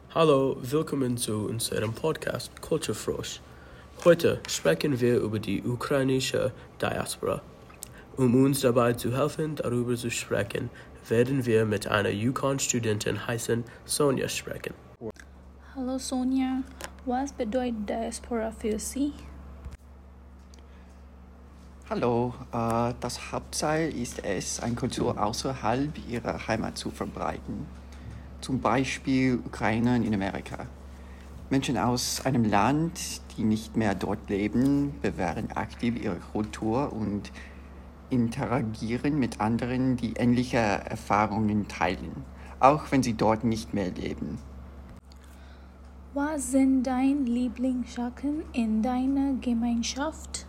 Hallo, willkommen zu unserem Podcast Culture Frosch. Heute sprechen wir über die ukrainische Diaspora. Um uns dabei zu helfen, darüber zu sprechen, werden wir mit einer Yukon-Studentin heißen Sonja sprechen. Hallo Sonja, was bedeutet Diaspora für Sie? Hallo, das Hauptziel ist es, eine Kultur außerhalb ihrer Heimat zu verbreiten. Zum Beispiel Ukrainer in Amerika. Menschen aus einem Land, die nicht mehr dort leben, bewahren aktiv ihre Kultur und interagieren mit anderen, die ähnliche Erfahrungen teilen, auch wenn sie dort nicht mehr leben. Was sind deine Lieblingssachen in deiner Gemeinschaft?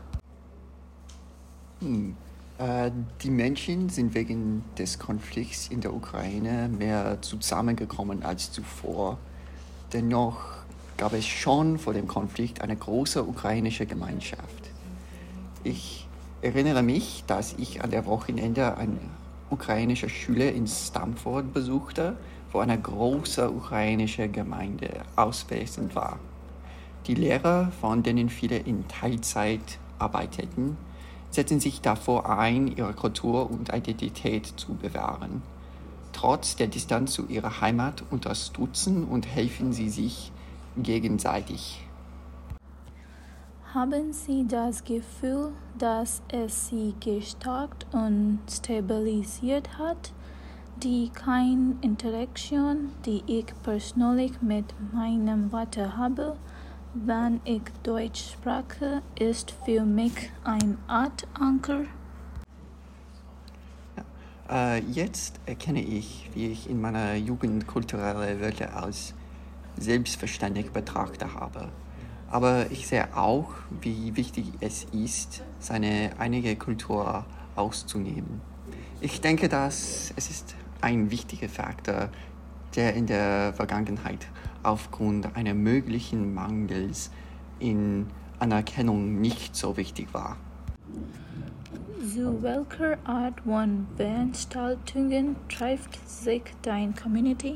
Die Menschen sind wegen des Konflikts in der Ukraine mehr zusammengekommen als zuvor. Dennoch gab es schon vor dem Konflikt eine große ukrainische Gemeinschaft. Ich erinnere mich, dass ich an der Wochenende eine ukrainische Schule in Stamford besuchte, wo eine große ukrainische Gemeinde auswesend war. Die Lehrer, von denen viele in Teilzeit arbeiteten, setzen sich davor ein, ihre Kultur und Identität zu bewahren. Trotz der Distanz zu ihrer Heimat unterstützen und helfen sie sich gegenseitig. Haben Sie das Gefühl, dass es Sie gestärkt und stabilisiert hat? Die keine Interaktion, die ich persönlich mit meinem Vater habe, wenn ich Deutsch spreche, ist für mich eine Art Anker. Jetzt erkenne ich, wie ich in meiner Jugend kulturelle Werte als selbstverständlich betrachtet habe. Aber ich sehe auch, wie wichtig es ist, seine eigene Kultur auszunehmen. Ich denke, dass es ist ein wichtiger Faktor, der in der Vergangenheit aufgrund eines möglichen Mangels in Anerkennung nicht so wichtig war. Zu welcher Art von Veranstaltungen trifft sich deine Community?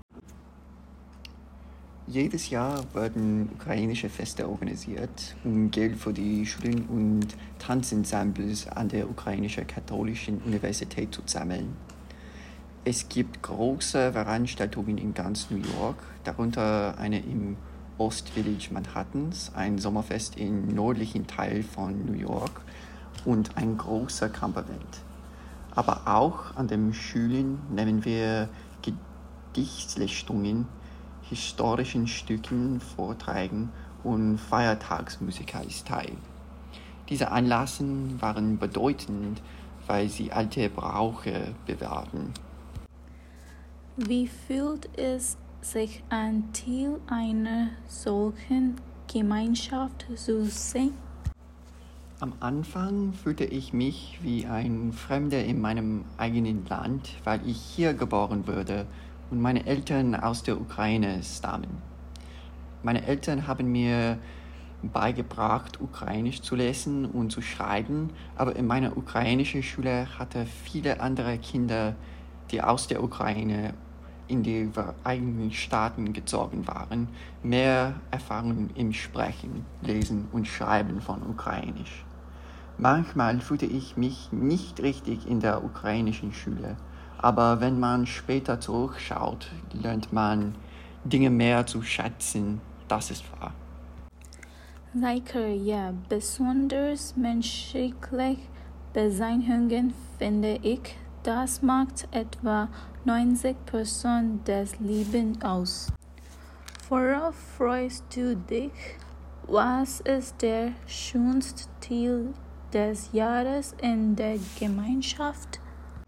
Jedes Jahr werden ukrainische Feste organisiert, um Geld für die Schulen und Tanzensembles an der ukrainischen katholischen Universität zu sammeln. Es gibt große Veranstaltungen in ganz New York, darunter eine im Ost Village Manhattans, ein Sommerfest im nördlichen Teil von New York und ein großer Camperevent. Aber auch an den Schulen nehmen wir Gedichtslesungen, historischen Stücken, Vorträgen und Feiertagsmusik teil. Diese Anlässe waren bedeutend, weil sie alte Brauche bewahrten. Wie fühlt es sich an, Teil einer solchen Gemeinschaft zu sein? Am Anfang fühlte ich mich wie ein Fremder in meinem eigenen Land, weil ich hier geboren wurde und meine Eltern aus der Ukraine stammen. Meine Eltern haben mir beigebracht, Ukrainisch zu lesen und zu schreiben, aber in meiner ukrainischen Schule hatte viele andere Kinder, die aus der Ukraine in die Vereinigten Staaten gezogen waren, mehr Erfahrung im Sprechen, Lesen und Schreiben von Ukrainisch. Manchmal fühlte ich mich nicht richtig in der ukrainischen Schule, aber wenn man später zurückschaut, lernt man Dinge mehr zu schätzen, das ist wahr. Sicher, ja, besonders menschliche Beziehungen finde ich, das macht etwa 90% des Lebens aus. Worauf freust du dich? Was ist der schönste Teil des Jahres in der Gemeinschaft?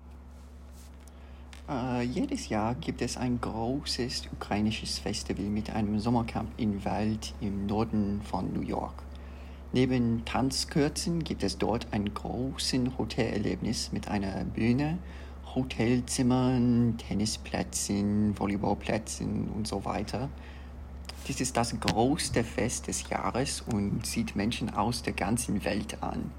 Jedes Jahr gibt es ein großes ukrainisches Festival mit einem Sommercamp im Wald im Norden von New York. Neben Tanzkürzen gibt es dort ein großes Hotelerlebnis mit einer Bühne, Hotelzimmern, Tennisplätzen, Volleyballplätzen und so weiter. Dies ist das größte Fest des Jahres und zieht Menschen aus der ganzen Welt an.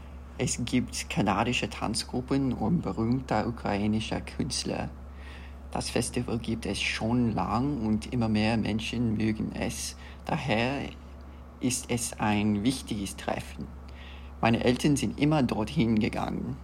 Es gibt kanadische Tanzgruppen und berühmte ukrainische Künstler. Das Festival gibt es schon lang und immer mehr Menschen mögen es. Daher ist es ein wichtiges Treffen. Meine Eltern sind immer dorthin gegangen.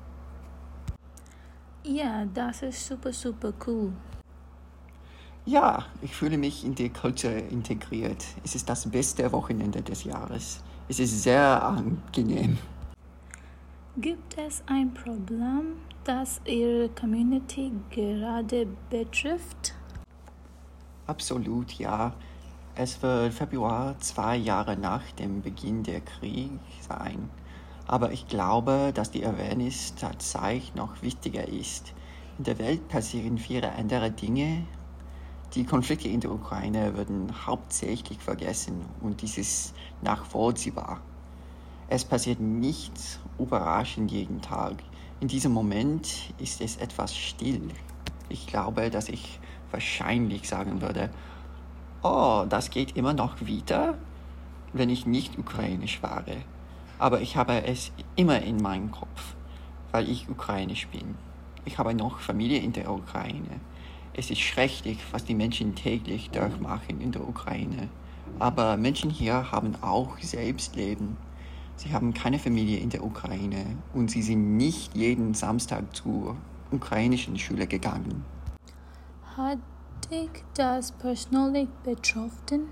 Ja, das ist super cool. Ja, ich fühle mich in die Kultur integriert. Es ist das beste Wochenende des Jahres. Es ist sehr angenehm. Gibt es ein Problem, das Ihre Community gerade betrifft? Absolut, ja. Es wird Februar 2 Jahre nach dem Beginn der Krieg sein. Aber ich glaube, dass die Awareness tatsächlich noch wichtiger ist. In der Welt passieren viele andere Dinge. Die Konflikte in der Ukraine werden hauptsächlich vergessen und dies ist nachvollziehbar. Es passiert nichts überraschend jeden Tag. In diesem Moment ist es etwas still. Ich glaube, dass ich wahrscheinlich sagen würde, oh, das geht immer noch weiter, wenn ich nicht ukrainisch war. Aber ich habe es immer in meinem Kopf, weil ich ukrainisch bin. Ich habe noch Familie in der Ukraine. Es ist schrecklich, was die Menschen täglich durchmachen in der Ukraine. Aber Menschen hier haben auch selbst Leben. Sie haben keine Familie in der Ukraine und sie sind nicht jeden Samstag zur ukrainischen Schule gegangen. Hat dich das persönlich betroffen?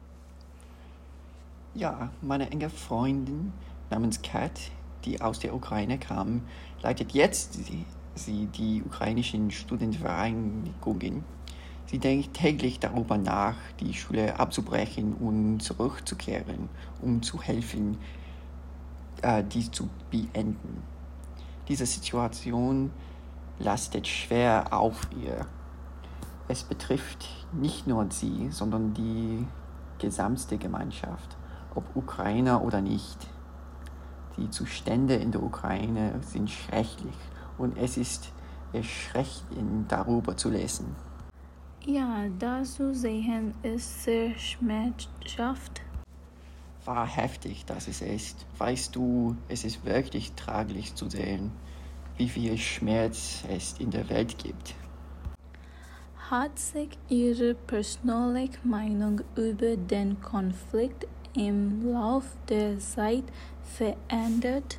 Ja, meine enge Freundin namens Kat, die aus der Ukraine kam, leitet jetzt die ukrainischen Studentenvereinigungen. Sie denkt täglich darüber nach, die Schule abzubrechen und zurückzukehren, um zu helfen, dies zu beenden. Diese Situation lastet schwer auf ihr. Es betrifft nicht nur sie, sondern die gesamte Gemeinschaft, ob Ukrainer oder nicht. Die Zustände in der Ukraine sind schrecklich und es ist erschreckend, darüber zu lesen. Ja, das zu sehen ist sehr schmerzhaft. War heftig, dass es ist. Weißt du, es ist wirklich tragisch zu sehen, wie viel Schmerz es in der Welt gibt. Hat sich Ihre persönliche Meinung über den Konflikt im Lauf der Zeit verändert?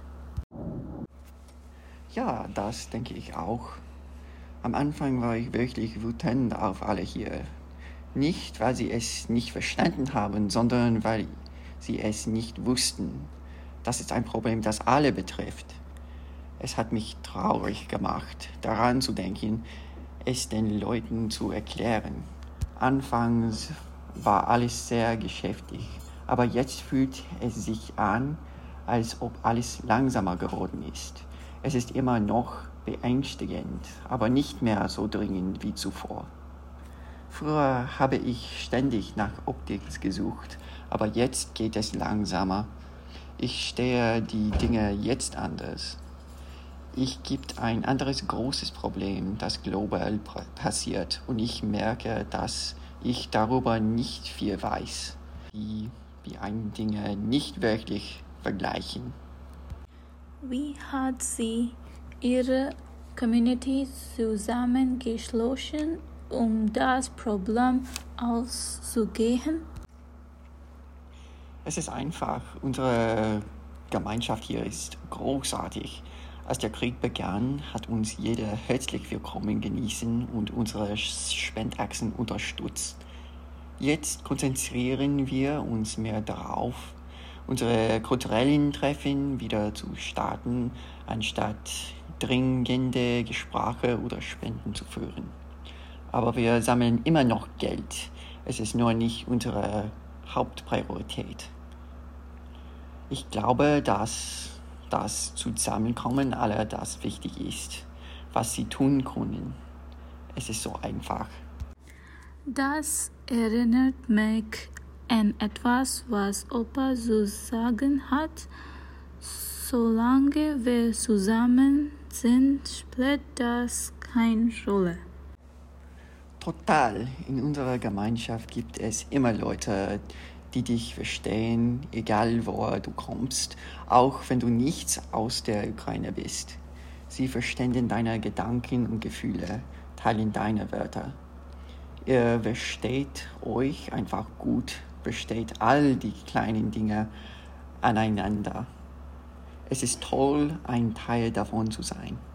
Ja, das denke ich auch. Am Anfang war ich wirklich wütend auf alle hier. Nicht, weil sie es nicht verstanden haben, sondern weil sie es nicht wussten. Das ist ein Problem, das alle betrifft. Es hat mich traurig gemacht, daran zu denken, es den Leuten zu erklären. Anfangs war alles sehr geschäftig, aber jetzt fühlt es sich an, als ob alles langsamer geworden ist. Es ist immer noch beängstigend, aber nicht mehr so dringend wie zuvor. Früher habe ich ständig nach Optik gesucht, aber jetzt geht es langsamer. Ich stehe die Dinge jetzt anders. Es gibt ein anderes großes Problem, das global passiert und ich merke, dass ich darüber nicht viel weiß. Die einen Dinge nicht wirklich vergleichen. Wie hat sie ihre Community zusammengeschlossen, um das Problem anzugehen? Es ist einfach. Unsere Gemeinschaft hier ist großartig. Als der Krieg begann, hat uns jeder herzlich willkommen genießen und unsere Spendachsen unterstützt. Jetzt konzentrieren wir uns mehr darauf, unsere kulturellen Treffen wieder zu starten, anstatt dringende Gespräche oder Spenden zu führen. Aber wir sammeln immer noch Geld. Es ist nur nicht unsere Hauptpriorität. Ich glaube, dass das Zusammenkommen aller das wichtig ist, was sie tun können. Es ist so einfach. Das erinnert mich an etwas, was Opa zu sagen hat. Solange wir zusammen sind, spielt das keine Rolle. Total. In unserer Gemeinschaft gibt es immer Leute, die dich verstehen, egal woher du kommst, auch wenn du nichts aus der Ukraine bist. Sie verstehen deine Gedanken und Gefühle, teilen deine Wörter. Ihr versteht euch einfach gut, versteht all die kleinen Dinge aneinander. Es ist toll, ein Teil davon zu sein.